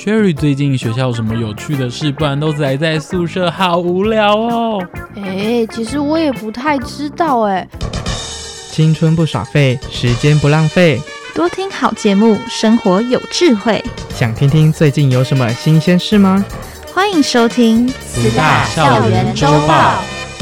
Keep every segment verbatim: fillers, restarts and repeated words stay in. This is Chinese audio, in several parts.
Cherry 最近学校有什么有趣的事？不然都宅在宿舍好无聊哦。 哎，其实我也不太知道哎。 青春不耍废，时间不浪费， 多听好节目，生活有智慧。 想听听最近有什么新鲜事吗？ 欢迎收听慈大校园周报。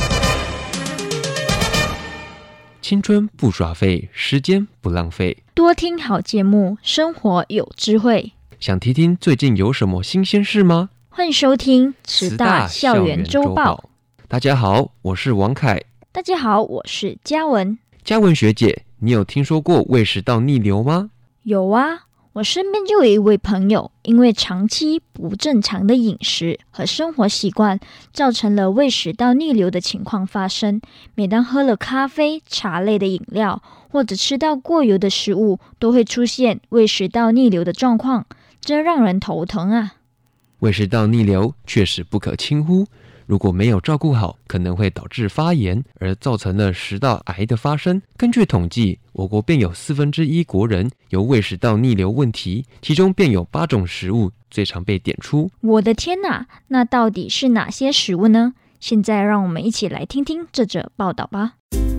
青春不耍废，时间不浪费， 多听好节目，生活有智慧。 想听听最近有什么新鲜事吗？ 欢迎收听慈大校园周报。 大家好，我是王凯。 大家好，我是嘉文。 嘉文学姐，你有听说过胃食道逆流吗？ 有啊，我身边就有一位朋友，因为长期不正常的饮食和生活习惯，造成了胃食道逆流的情况发生。每当喝了咖啡、茶类的饮料，或者吃到过油的食物，都会出现胃食道逆流的状况，这让人头疼啊。 胃食道逆流确实不可轻忽，如果没有照顾好，可能会导致发炎，而造成了食道癌的发生。根据统计，我国便有四分之一国人有胃食道逆流问题，其中便有八种食物最常被点出。 我的天哪，那到底是哪些食物呢？现在让我们一起来听听这则报道吧。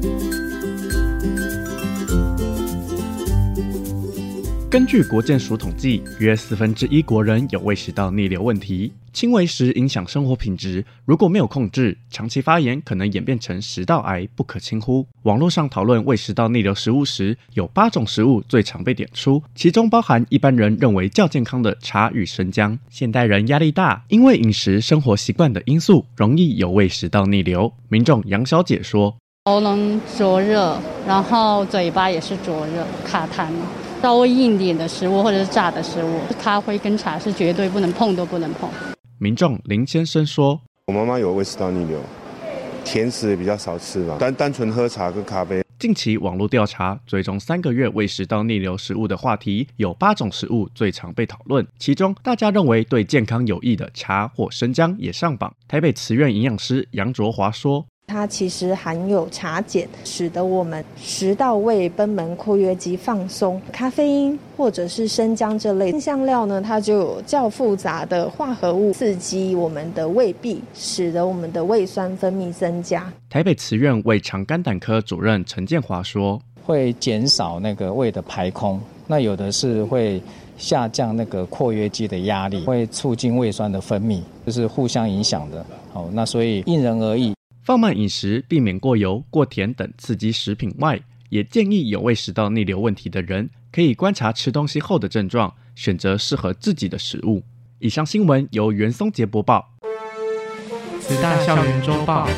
根据国健署统计，约四分之一国人有胃食道逆流问题，轻微时影响生活品质，如果没有控制，长期发炎可能演变成食道癌，不可轻忽。网络上讨论胃食道逆流食物时，有八种食物最常被点出，其中包含一般人认为较健康的茶与生姜。现代人压力大，因为饮食、生活习惯的因素，容易有胃食道逆流。民众杨小姐说： 喉咙灼热，然后嘴巴也是灼热、卡痰。稍微硬点的食物或者是炸的食物，咖啡跟茶是绝对不能碰，都不能碰。 民众林先生说： 我妈妈有胃食道逆流，甜食也比较少吃吧，单单纯喝茶跟咖啡。 近期网络调查追踪三个月胃食道逆流食物的话题，有八种食物最常被讨论，其中大家认为对健康有益的茶或生姜也上榜。台北慈院营养师杨卓华说： 它其实含有茶碱，使得我们食道胃贲门括约肌放松。咖啡因或者是生姜这类香料呢，它就有较复杂的化合物，刺激我们的胃壁，使得我们的胃酸分泌增加。 台北慈院胃肠肝胆科主任陈建华说： 会减少那个胃的排空，那有的是会下降那个括约肌的压力，会促进胃酸的分泌，这是互相影响的。好，那所以因人而异。 放慢饮食，避免过油、过甜等刺激食品外，也建议有胃食道逆流问题的人可以观察吃东西后的症状，选择适合自己的食物。以上新闻由袁松杰播报。 慈大校园周报。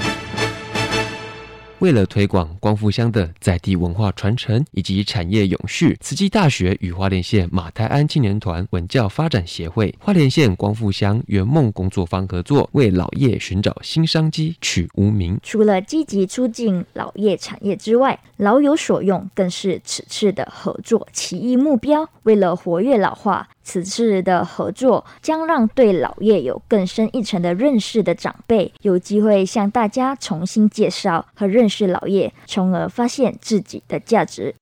为了推广光复乡的在地文化传承以及产业永续，慈济大学与花莲县马太安青年团文教发展协会、花莲县光复乡圆梦工作坊合作，为老业寻找新商机，取污名。 除了积极促进老业产业之外，老有所用更是此次的合作其一目标。为了活跃老化，此次的合作将让对老业有更深一层的认识的长辈有机会向大家重新介绍和认识老业，从而发现自己的价值。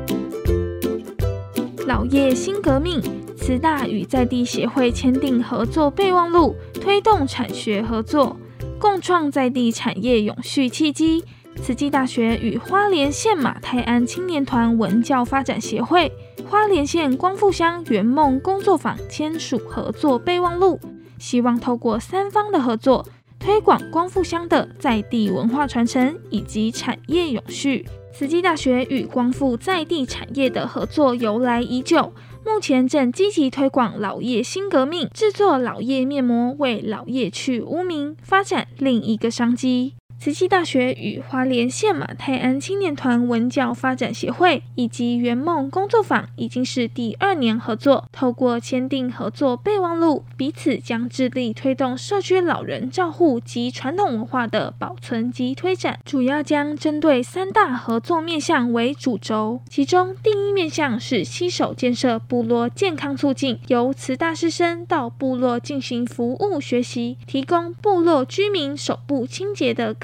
老业新革命，慈大与在地协会签订合作备忘录，推动产学合作，共创在地产业永续契机。慈济大学与花莲县马太安青年团文教发展协会、花莲县光复乡圆梦工作坊签署合作备忘录，希望透过三方的合作，推广光复乡的在地文化传承以及产业永续。慈济大学与光复在地产业的合作由来已久，目前正积极推广老业新革命，制作老业面膜，为老业去污名，发展另一个商机。慈济大学与花莲县马太安青年团文教发展协会以及圆梦工作坊已经是第二年合作，透过签订合作备忘录，彼此将致力推动社区老人照护及传统文化的保存及推展，主要将针对三大合作面向为主轴。其中第一面向是携手建设部落健康促进，由慈大师生到部落进行服务学习，提供部落居民手部清洁的各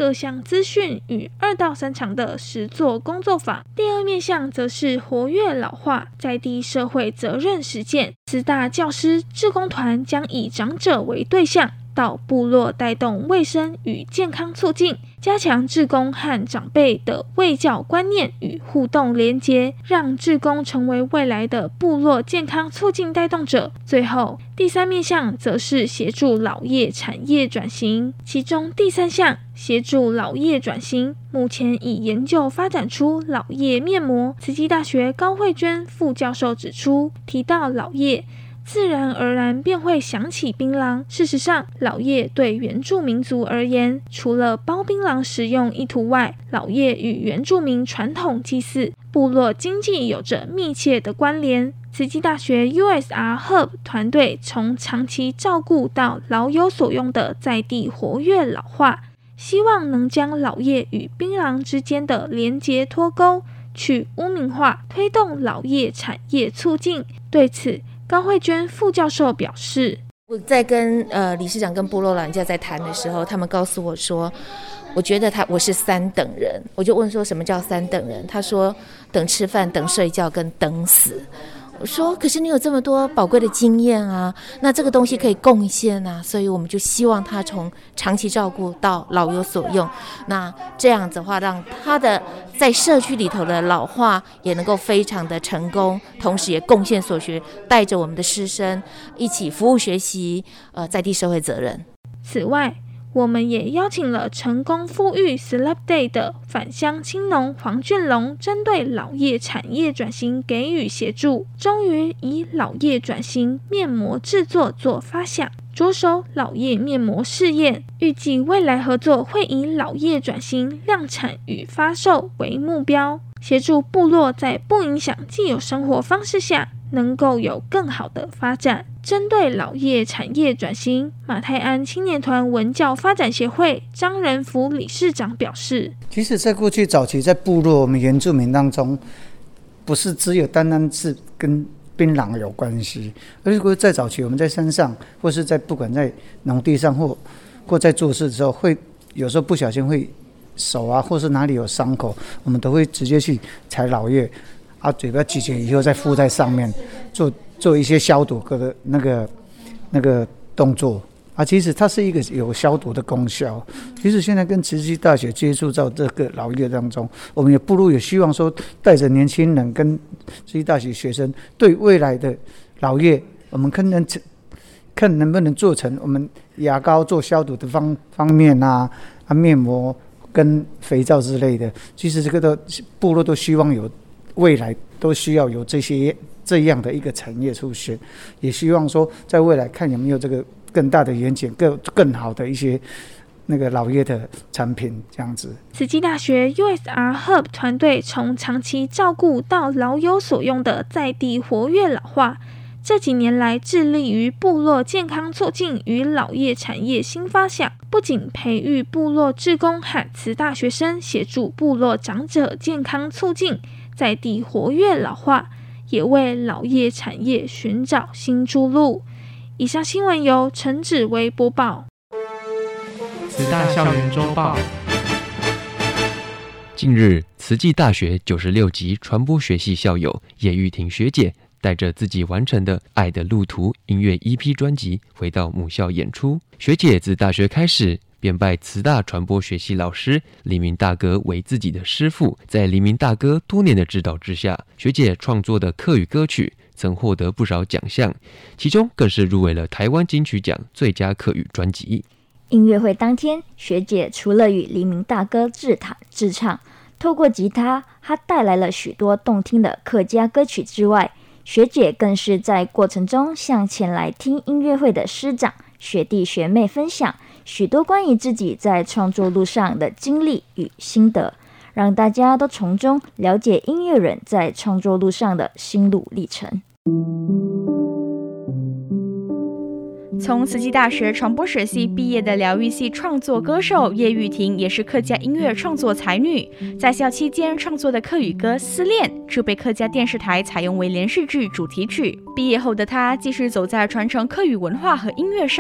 各项资讯与二到三场的实作工作坊。第二面向则是活跃老化在地社会责任实践。慈大教师志工团将以长者为对象，到部落带动卫生与健康促进，加强志工和长辈的卫教观念与互动连结，让志工成为未来的部落健康促进带动者。最后，第三面向则是协助老业产业转型，其中第三项协助老业转型，目前已研究发展出老业面膜。慈济大学高慧娟副教授指出，提到老业，自然而然便会想起槟榔。事实上，老业对原住民族而言，除了包槟榔食用意图外，老业与原住民传统祭祀、部落经济有着密切的关联。慈济大学 U S R Hub 团队从长期照顾到老有所用的在地活跃老化，希望能将老业与槟榔之间的连结脱钩，去污名化，推动老业产业促进。对此，高慧娟副教授表示， 我在跟呃理事长跟部落老人家在谈的时候，他们告诉我说，我觉得他我是三等人。我就问说什么叫三等人，他说等吃饭、等睡觉跟等死。我说可是你有这么多宝贵的经验啊，那这个东西可以贡献啊，所以我们就希望他从长期照顾到老有所用，那这样子的话让他的在社区里头的老化也能够非常的成功，同时也贡献所学，带着我们的师生一起服务学习，呃，在地社会责任。 此外，我们也邀请了成功富裕 Celeb Day 的返乡青农黄俊龙，针对老业产业转型给予协助，终于以老业转型面膜制作做发想，着手老业面膜试验，预计未来合作会以老业转型量产与发售为目标，协助部落在不影响既有生活方式下能够有更好的发展。针对老业产业转型，马太安青年团文教发展协会张仁福理事长表示， 其实在过去早期在部落我们原住民当中，不是只有单单是跟槟榔有关系，而是在早期我们在山上或是在不管在农地上或或在做事的时候，会有时候不小心会手啊或是哪里有伤口，我们都会直接去采老叶啊，嘴巴咀嚼以后再敷在上面，做做一些消毒的那个那个动作啊。其实它是一个有消毒的功效。其实现在跟慈济大学接触到这个老业当中，我们也不如也希望说，带着年轻人跟慈济大学学生，对未来的老业，我们看能看能不能做成我们牙膏做消毒的方方面啊，啊面膜跟肥皂之类的。其实这个都部落都希望有。未来都需要有这些这样的一个产业出现，也希望说在未来看有没有这个更大的远景，更更好的一些那个老业的产品这样子。 慈济大学 U S R Hub 团队从长期照顾到老有所用的在地活跃老化，这几年来致力于部落健康促进与老业产业新发想，不仅培育部落志工和慈大学生协助部落长者健康促进在地活跃老化，也为老业产业寻找新出路。以上新闻由陈芷薇播报。 慈大校园周报。 近日，慈济大学九十六级传播学系校友叶玉婷学姐带着自己完成的《爱的路途》音乐 E P 专辑回到母校演出。学姐自大学开始便拜慈大传播学系老师黎明大哥为自己的师父，在黎明大哥多年的指导之下，学姐创作的客语歌曲曾获得不少奖项，其中更是入围了台湾金曲奖最佳客语专辑。 音乐会当天，学姐除了与黎明大哥自弹自唱，透过吉他，她带来了许多动听的客家歌曲之外，学姐更是在过程中向前来听音乐会的师长、学弟学妹分享许多关于自己在创作路上的经历与心得，让大家都从中了解音乐人在创作路上的心路历程。 从慈济大学传播学系毕业的疗愈系创作歌手叶玉婷，也是客家音乐创作才女。在校期间创作的客语歌《思恋》就被客家电视台采用为连续剧主题曲。毕业后的她继续走在传承客语文化和音乐上，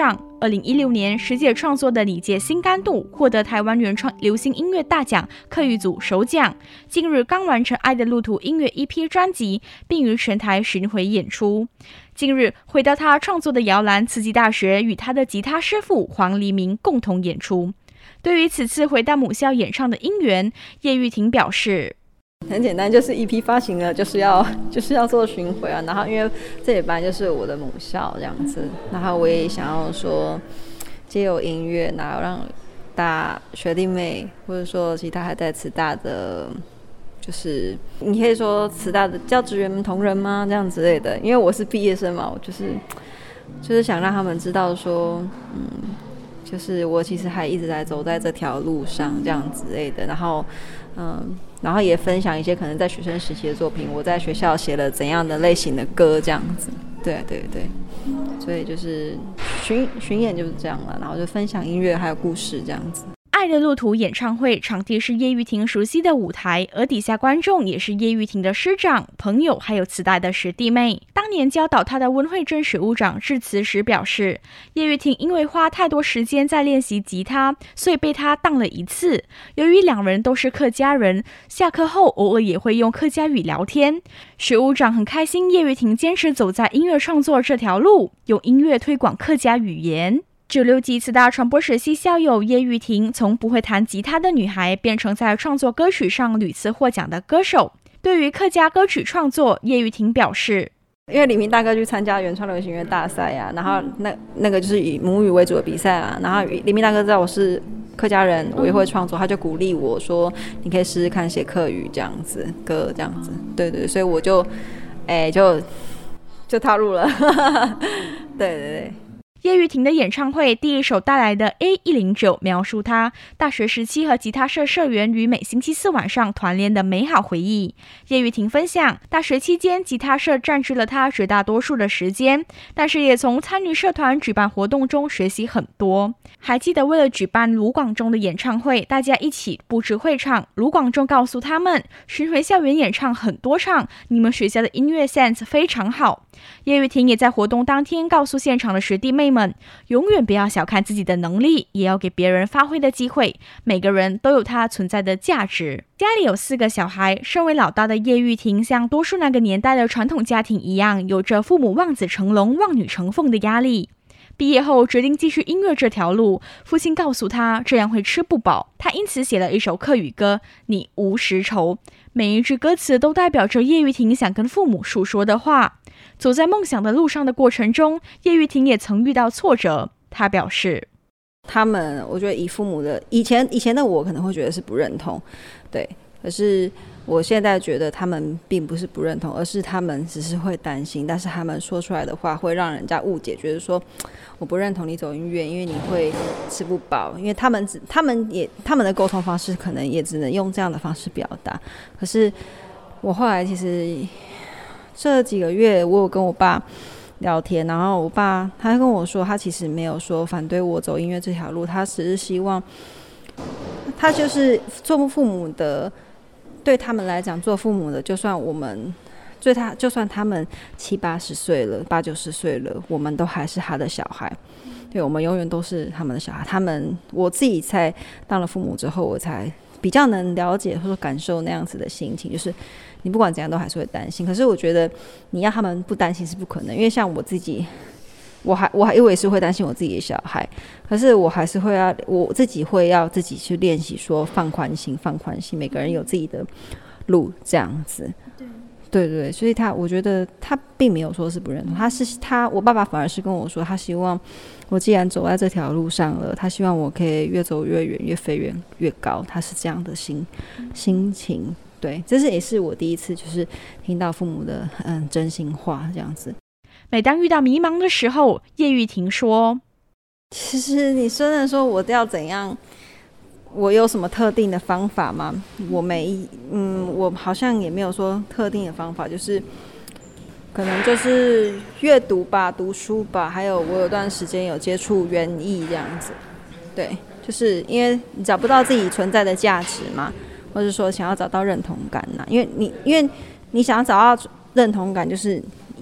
二零一六年世界创作的礼节新干度获得台湾原创流行音乐大奖客语组首奖，近日刚完成《爱的路途》音乐 E P 专辑，并于全台巡回演出。近日回到他创作的摇篮，慈济大学与他的吉他师傅黄黎明共同演出。对于此次回到母校演唱的因缘，叶玉婷表示， 很简单，就是 E P 发行了，就是要就是要做巡回啊。然后因为这也本来就是我的母校这样子，然后我也想要说藉由音乐，然后让大学弟妹或者说其他还在慈大的，就是你可以说慈大的教职员们同仁吗？这样之类的。因为我是毕业生嘛，我就是就是想让他们知道说，嗯。就是我其实还一直在走在这条路上，这样之类的。然后，嗯，然后也分享一些可能在学生时期的作品，我在学校写了怎样的类型的歌，这样子。对对对，所以就是巡巡演就是这样了，然后就分享音乐还有故事这样子。 爱的路途演唱会场地是叶玉婷熟悉的舞台，而底下观众也是叶玉婷的师长、朋友，还有慈大的学弟妹。当年教导他的温慧珍学务长致辞时表示，叶玉婷因为花太多时间在练习吉他，所以被他当了一次。由于两人都是客家人，下课后偶尔也会用客家语聊天。学务长很开心叶玉婷坚持走在音乐创作这条路，用音乐推广客家语言。九六级慈大传播学系校友叶玉婷，从不会弹吉他的女孩变成在创作歌曲上屡次获奖的歌手。对于客家歌曲创作，叶玉婷表示， 因为李明大哥去参加原创流行乐大赛啊，然后那那个就是以母语为主的比赛啊，然后李明大哥知道我是客家人，我也会创作，他就鼓励我说，你可以试试看写客语这样子歌这样子，对对，所以我就哎就就踏入了，对对对。 叶玉婷的演唱会第一首带来的 A 一零九 描述她大学时期和吉他社社员于每星期四晚上团练的美好回忆。叶玉婷分享，大学期间吉他社占据了她绝大多数的时间，但是也从参与社团举办活动中学习很多。还记得为了举办卢广仲的演唱会，大家一起布置会场，卢广仲告诉他们，巡回校园演唱很多场，你们学校的音乐 sense 非常好。叶玉婷也在活动当天告诉现场的学弟妹们，永远不要小看自己的能力，也要给别人发挥的机会，每个人都有他存在的价值。家里有四个小孩，身为老大的叶玉婷像多数那个年代的传统家庭一样，有着父母望子成龙望女成凤的压力。毕业后决定继续音乐这条路，父亲告诉他这样会吃不饱，他因此写了一首客语歌《你无时愁》，每一句歌词都代表着叶玉婷想跟父母述说的话。走在梦想的路上的过程中，叶玉婷也曾遇到挫折。她表示， 他们我觉得以父母的以前以前的我可能会觉得是不认同，对，可是我现在觉得他们并不是不认同，而是他们只是会担心，但是他们说出来的话会让人家误解，觉得说我不认同你走音乐，因为你会吃不饱，因为他们只他们也他们的沟通方式可能也只能用这样的方式表达。可是我后来其实这几个月我有跟我爸聊天，然后我爸他跟我说，他其实没有说反对我走音乐这条路，他只是希望他就是做父母的，对他们来讲做父母的，就算我们对他就算他们七八十岁了八九十岁了，我们都还是他的小孩，对，我们永远都是他们的小孩。他们我自己在当了父母之后，我才比较能了解或者感受那样子的心情，就是你不管怎样都还是会担心，可是我觉得你要他们不担心是不可能，因为像我自己我还我还因为是会担心我自己的小孩，可是我还是会要我自己会要自己去练习说放宽心放宽心，每个人有自己的路这样子。对对对，所以他我觉得他并没有说是不认同，他是他我爸爸反而是跟我说，他希望我既然走在这条路上了，他希望我可以越走越远，越飞越越高，他是这样的心心情。对，这是也是我第一次就是听到父母的嗯真心话这样子。 每当遇到迷茫的时候，叶玉婷说， 其实你真的说我要怎样，我有什么特定的方法吗？我没嗯我好像也没有说特定的方法，就是可能就是阅读吧，读书吧，还有我有段时间有接触园艺这样子。对，就是因为你找不到自己存在的价值嘛，或者说想要找到认同感呐、啊，因为你因为你想要找到认同感，就是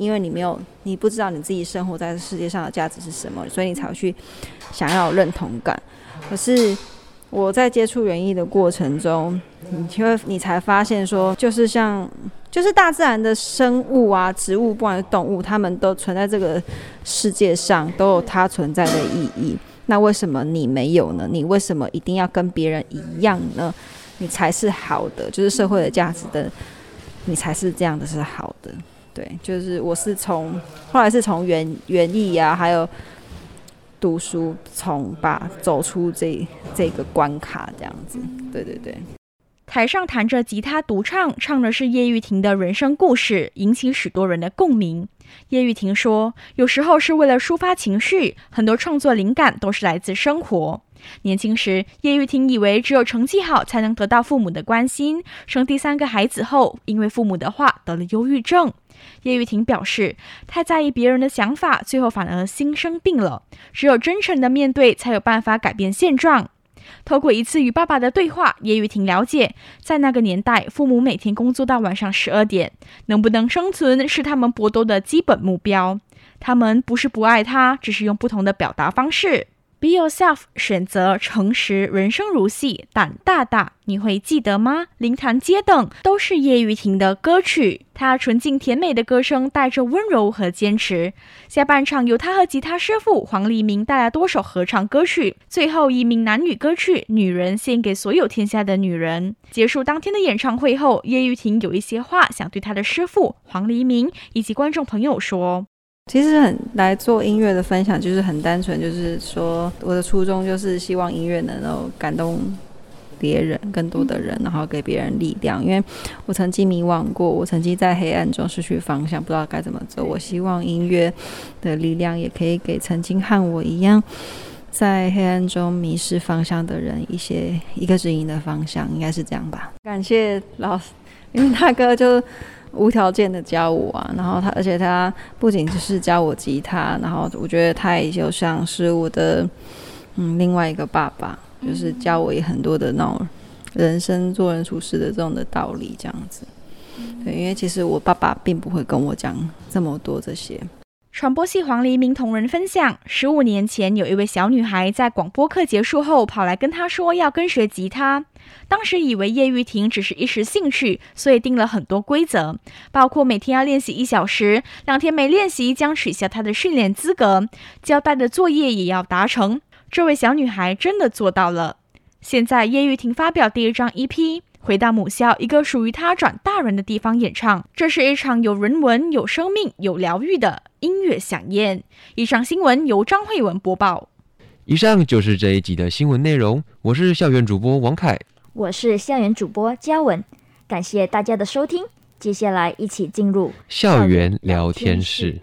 因为你没有，你不知道你自己生活在世界上的价值是什么，所以你才会去想要有认同感。可是我在接触园艺的过程中，你就会你才发现说，就是像就是大自然的生物啊，植物不管是动物，它们都存在这个世界上，都有它存在的意义。那为什么你没有呢？你为什么一定要跟别人一样呢？你才是好的，就是社会的价值的，你才是这样的是好的。对，就是我是从后来是从园园艺啊，还有读书，从把走出这这个关卡这样子。对对对。 台上弹着吉他独唱，唱的是叶玉婷的人生故事，引起许多人的共鸣。叶玉婷说，有时候是为了抒发情绪，很多创作灵感都是来自生活。年轻时，叶玉婷以为只有成绩好才能得到父母的关心，生第三个孩子后，因为父母的话得了忧郁症。叶玉婷表示，太在意别人的想法，最后反而心生病了，只有真诚的面对，才有办法改变现状。透过一次与爸爸的对话，叶玉婷了解，在那个年代，父母每天工作到晚上十二点，能不能生存是他们搏斗的基本目标。他们不是不爱他，只是用不同的表达方式。Be yourself， 选择诚实，人生如戏，胆大大，你会记得吗？灵潭街等都是叶玉婷的歌曲，她纯净甜美的歌声带着温柔和坚持。下半场由她和吉他师傅黄黎明带来多首合唱歌曲，最后一名男女歌曲《女人》献给所有天下的女人。结束当天的演唱会后，叶玉婷有一些话想对她的师傅黄黎明以及观众朋友说。 其实很来做音乐的分享，就是很单纯，就是说我的初衷就是希望音乐能够感动别人，更多的人，然后给别人力量。因为我曾经迷惘过，我曾经在黑暗中失去方向，不知道该怎么走。我希望音乐的力量也可以给曾经和我一样在黑暗中迷失方向的人一些一个指引的方向，应该是这样吧。感谢老师，因为大哥就无条件的教我啊，然后他，而且他不仅就是教我吉他，然后我觉得他也就像是我的嗯另外一个爸爸，就是教我也很多的那种人生做人处事的这种的道理，这样子。对，因为其实我爸爸并不会跟我讲这么多这些。 传播系黄黎明同仁分享，十五年前有一位小女孩在广播课结束后跑来跟她说要跟学吉他，当时以为叶玉婷只是一时兴趣，所以定了很多规则，包括每天要练习一小时，两天没练习将取消她的训练资格，交代的作业也要达成。这位小女孩真的做到了。现在叶玉婷发表第一张 E P，回到母校一个属于他转大人的地方演唱，这是一场有人文、有生命、有疗愈的音乐飨宴。以上新闻由张慧文播报。 以上就是这一集的新闻内容，我是校园主播王凯， 我是校园主播嘉文，感谢大家的收听，接下来一起进入校园聊天室。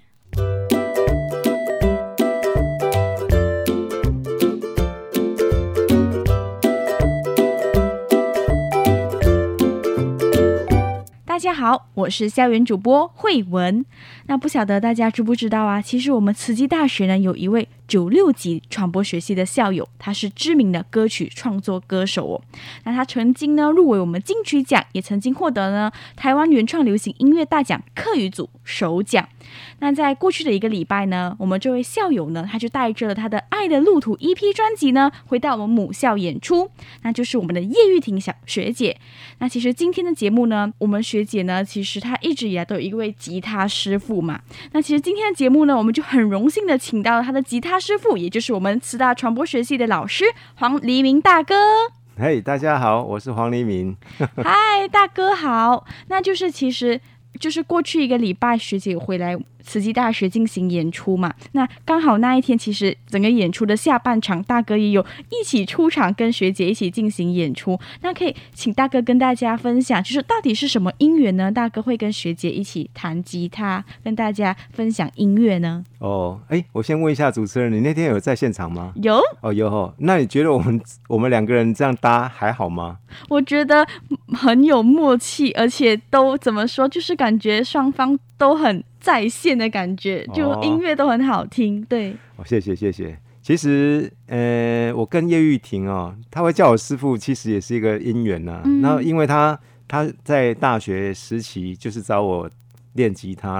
大家好，我是校园主播慧文。那不晓得大家知不知道啊，其实我们慈济大学呢有一位九六级传播学系的校友，他是知名的歌曲创作歌手哦。那他曾经呢入围我们金曲奖，也曾经获得呢台湾原创流行音乐大奖客语组首奖。那在过去的一个礼拜呢，我们这位校友呢，他就带着他的《爱的路途》E P 专辑呢，回到我们母校演出，那就是我们的叶玉婷小学姐。那其实今天的节目呢，我们学姐呢，其实她一直以来都有一位吉他师傅嘛。那其实今天的节目呢，我们就很荣幸的请到了他的吉他师傅，也就是我们慈大传播学系的老师黄黎明大哥。 嘿、hey, 大家好，我是黄黎明。 嗨，大哥好。那就是其实就是过去一个礼拜，学姐有回来慈济大学进行演出嘛，那刚好那一天其实整个演出的下半场，大哥也有一起出场跟学姐一起进行演出。那可以请大哥跟大家分享，就是到底是什么因缘呢？大哥会跟学姐一起弹吉他，跟大家分享音乐呢？ 哦，哎，我先问一下主持人，你那天有在现场吗？ 有。 哦，有哦。那你觉得我们我们两个人这样搭还好吗？ 我觉得很有默契，而且都怎么说，就是感觉双方都很在线的感觉，就音乐都很好听。对， 哦，谢谢谢谢。其实，呃，我跟叶玉婷哦，他会叫我师父，其实也是一个因缘呐。嗯、然后，因为他他在大学时期就是找我练吉他了。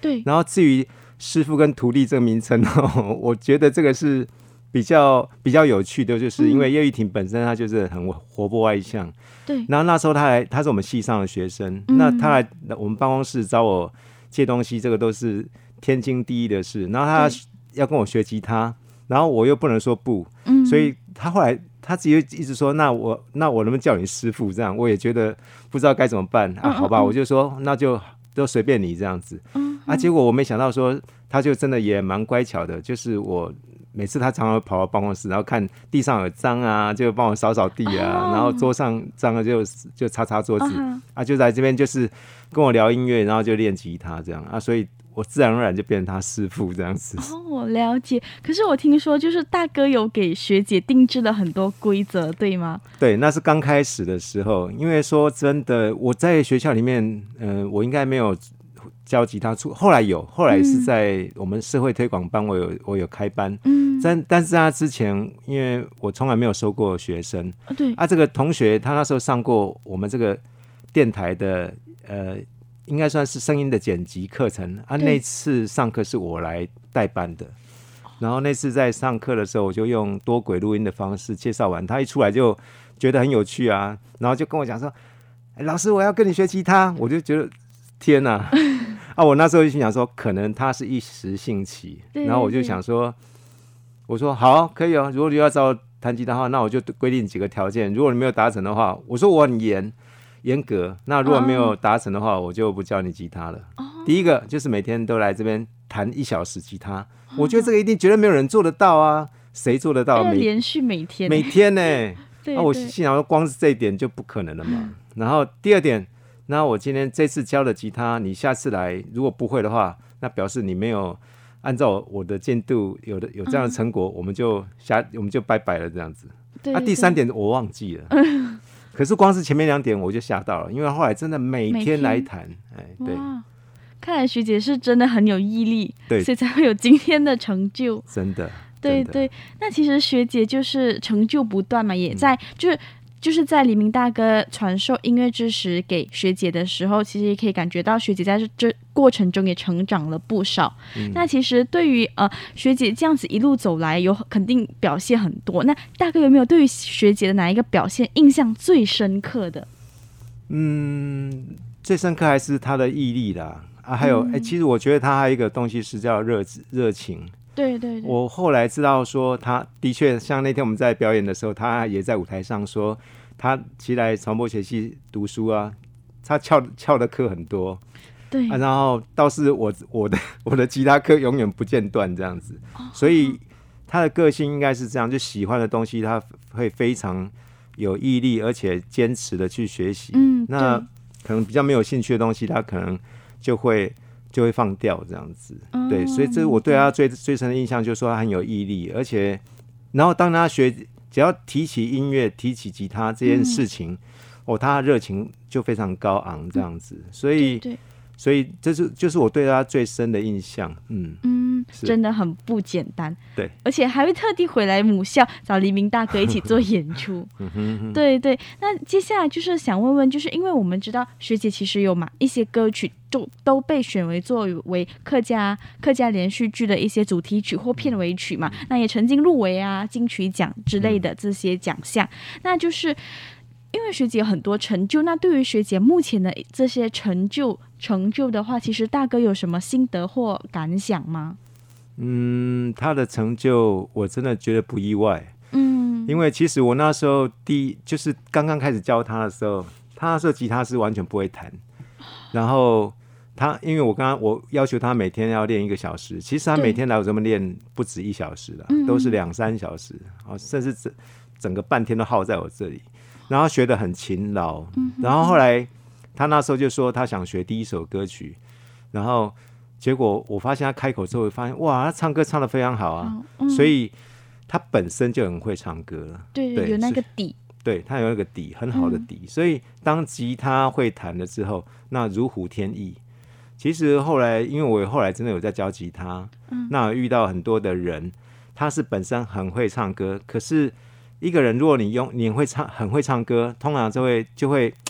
对。 然后至于师傅跟徒弟这个名称哦，我觉得这个是比较比较有趣的，就是因为叶玉婷本身她就是很活泼外向， 对。 然后那时候她来，她是我们系上的学生，嗯、那她来我们办公室找我借东西，这个都是天经地义的事。然后她要跟我学吉他，然后我又不能说不，嗯、所以她后来她自己就一直说，那我那我能不能叫你师傅？这样我也觉得不知道该怎么办啊。好吧，我就说那就都随便你这样子。嗯、啊，结果我没想到说，她就真的也蛮乖巧的，就是我。每次他常常跑到办公室，然后看地上有脏啊，就帮我扫扫地啊， oh. 然后桌上脏了就就擦擦桌子、uh-huh. 啊，就在这边就是跟我聊音乐，然后就练吉他这样啊，所以我自然而然就变成他师傅这样子。 哦，我了解。可是我听说，就是大哥有给学姐定制了很多规则，对吗？ 对，那是刚开始的时候，因为说真的，我在学校里面，嗯、呃，我应该没有。教吉他出，后来有，后来是在我们社会推广班，我有我有开班，嗯，但但是他之前，因为我从来没有收过学生， 啊对， 啊这个同学他那时候上过我们这个电台的呃，应该算是声音的剪辑课程，啊那次上课是我来代班的，然后那次在上课的时候，我就用多轨录音的方式介绍完，他一出来就觉得很有趣啊，然后就跟我讲说，哎，老师我要跟你学吉他，我就觉得天哪。啊，我那时候就心想说，可能他是一时兴起，然后我就想说，我说好，可以哦。如果你要找我弹吉他的话，那我就规定几个条件。如果你没有达成的话，我说我很严严格。那如果没有达成的话，我就不教你吉他了。哦、第一个就是每天都来这边弹一小时吉他，哦、我觉得这个一定绝对没有人做得到啊，谁做得到？每连续每天， 每天呢、欸？那、啊、我心想说，光是这一点就不可能了嘛。然后第二点。那我今天这次教的吉他，你下次来如果不会的话，那表示你没有按照我的进度有的有这样的成果，嗯、我们就下我们就拜拜了这样子。对对对啊，第三点我忘记了，嗯、可是光是前面两点我就吓到了，因为后来真的每天来弹，哎，对。 看来学姐是真的很有毅力， 对， 所以才会有今天的成就。 真的， 对对。那其实学姐就是成就不断嘛，也在、嗯、就是。就是在黎明大哥传授音乐知识给学姐的时候，其实也可以感觉到学姐在这过程中也成长了不少。嗯、那其实对于呃学姐这样子一路走来，有肯定表现很多。那大哥有没有对于学姐的哪一个表现印象最深刻的？ 嗯，最深刻还是她的毅力啦。啊，还有哎、嗯欸，其实我觉得她还有一个东西是叫热热情。 对对对， 我后来知道说，他的确像那天我们在表演的时候，他也在舞台上说，他其实来传播学系读书啊，他翘翘的课很多， 对、 啊，然后倒是我我的我的吉他课永远不间断这样子，哦、所以他的个性应该是这样，就喜欢的东西他会非常有毅力，而且坚持的去学习。嗯，那可能比较没有兴趣的东西，他可能就会。就会放掉这样子，嗯、对，所以这是我对他最最深的印象，就是说他很有毅力，而且，然后当他学，只要提起音乐、提起吉他这件事情，嗯、哦，他的热情就非常高昂这样子，所以， 对对所以这是就是我对他最深的印象，嗯嗯，真的很不简单， 对， 而且还会特地回来母校找黎明大哥一起做演出， 嗯、哼哼对对。那接下来就是想问问，就是因为我们知道学姐其实有嘛一些歌曲。都, 都被选为作为客家客家连续剧的一些主题曲或片尾曲嘛，那也曾经入围啊金曲奖之类的这些奖项。那就是因为学姐有很多成就，那对于学姐目前的这些成就成就的话，其实大哥有什么心得或感想吗？ 嗯，他的成就我真的觉得不意外。 嗯， 因为其实我那时候第就是刚刚开始教他的时候，他那时候吉他是完全不会弹，然后。他因为我刚刚我要求他每天要练一个小时，其实他每天来我这边练不止一小时了，都是两三小时，哦，甚至整整个半天都耗在我这里，然后学得很勤劳，嗯、然后后来他那时候就说他想学第一首歌曲，然后结果我发现他开口之后发现哇，他唱歌唱得非常好啊，嗯、所以他本身就很会唱歌了， 对，对有那个底， 对他有那个底很好的底，嗯、所以当吉他会弹了之后，那如虎添翼。其实后来，因为我后来真的有在教吉他，嗯、那遇到很多的人，他是本身很会唱歌，可是一个人如果你用你会唱很会唱歌，通常就会就会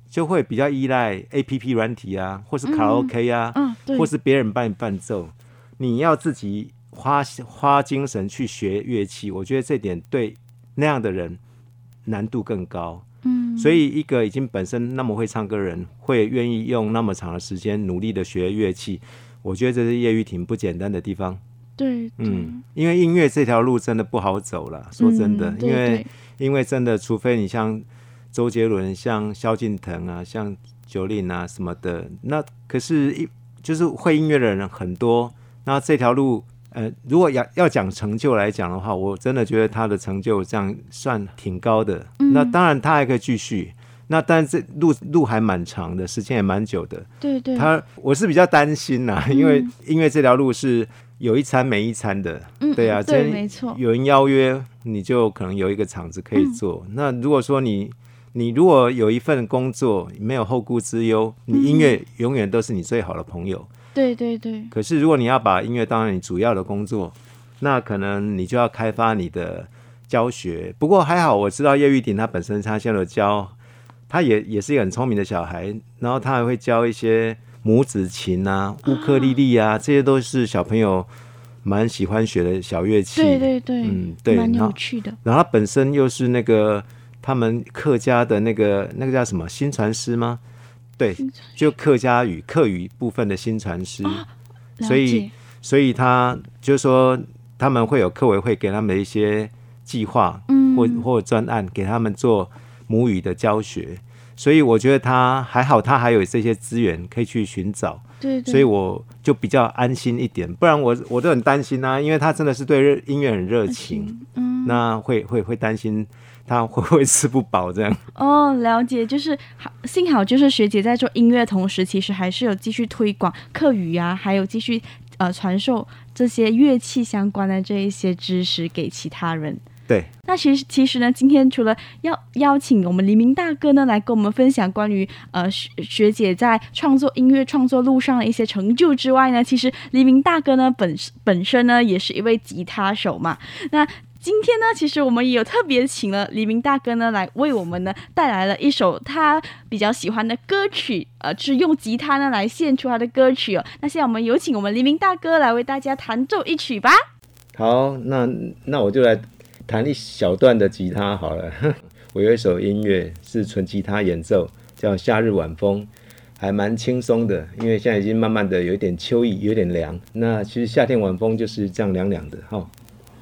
就会比较依赖 A P P 软体啊，或是卡拉 OK 啊， 嗯嗯、 或是别人帮你伴奏，你要自己花花精神去学乐器，我觉得这点对那样的人难度更高。嗯，所以一个已经本身那么会唱歌的人，会愿意用那么长的时间努力的学乐器，我觉得这是叶玉婷不简单的地方。 对， 嗯，因为音乐这条路真的不好走了，说真的， 嗯、 因为对对因为真的，除非你像周杰伦、像萧敬腾啊、像九令啊什么的，那可是一就是会音乐的人很多，那这条路。呃，如果要要讲成就来讲的话，我真的觉得他的成就这样算挺高的。嗯、那当然他还可以继续，那但是这路路还蛮长的，时间也蛮久的。 对对， 他我是比较担心啦，嗯、因为音乐这条路是有一餐没一餐的。 嗯， 对啊， 对，没错。 有人邀约，你就可能有一个场子可以做。嗯、那如果说你你如果有一份工作，没有后顾之忧，你音乐永远都是你最好的朋友。 对对对， 可是如果你要把音乐当成你主要的工作，那可能你就要开发你的教学。不过还好，我知道叶玉婷她本身她现在有教，她也也是一个很聪明的小孩，然后她还会教一些母子琴啊、乌克丽丽啊，这些都是小朋友蛮喜欢学的小乐器。 对对对， 嗯，对， 蛮有趣的。 然后她本身又是那个他们客家的那个那个叫什么新传师吗？对，就客家语客语部分的新传师，哦、所以所以他就是说他们会有客委会给他们一些计划，嗯，或或专案给他们做母语的教学，所以我觉得他还好，他还有这些资源可以去寻找， 对对， 所以我就比较安心一点，不然我我都很担心啊，因为他真的是对音乐很热情，嗯，那会会会担心。他会不会吃不饱这样？ 哦，了解，就是幸好就是学姐在做音乐同时，其实还是有继续推广客语啊，还有继续呃传授这些乐器相关的这一些知识给其他人。 对， 那其实其实呢，今天除了要邀请我们黎明大哥呢来跟我们分享关于呃学学姐在创作音乐创作路上的一些成就之外呢，其实黎明大哥呢本本身呢也是一位吉他手嘛。那今天呢，其实我们也有特别请了黎明大哥呢来为我们呢带来了一首他比较喜欢的歌曲，呃，是用吉他呢来献出他的歌曲哦。那现在我们有请我们黎明大哥来为大家弹奏一曲吧。 好，那那我就来弹一小段的吉他好了。我有一首音乐是纯吉他演奏，叫《夏日晚风》，还蛮轻松的，因为现在已经慢慢的有一点秋意，有点凉。那其实夏天晚风就是这样凉凉的哈。哦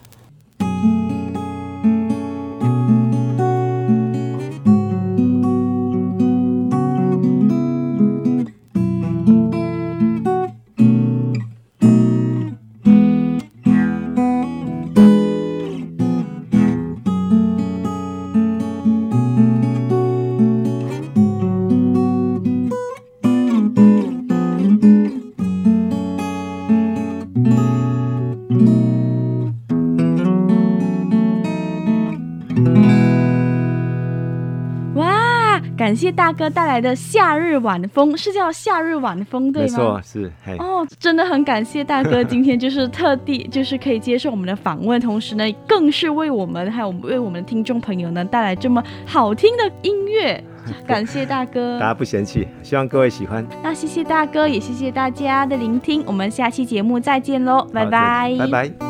感谢大哥带来的夏日晚风，是叫夏日晚风对吗？ 没错，是。 哦，真的很感谢大哥今天就是特地就是可以接受我们的访问，同时呢更是为我们还有为我们的听众朋友呢带来这么好听的音乐，感谢大哥。 大家不嫌弃，希望各位喜欢。 那谢谢大哥，也谢谢大家的聆听，我们下期节目再见喽，拜拜， 拜拜。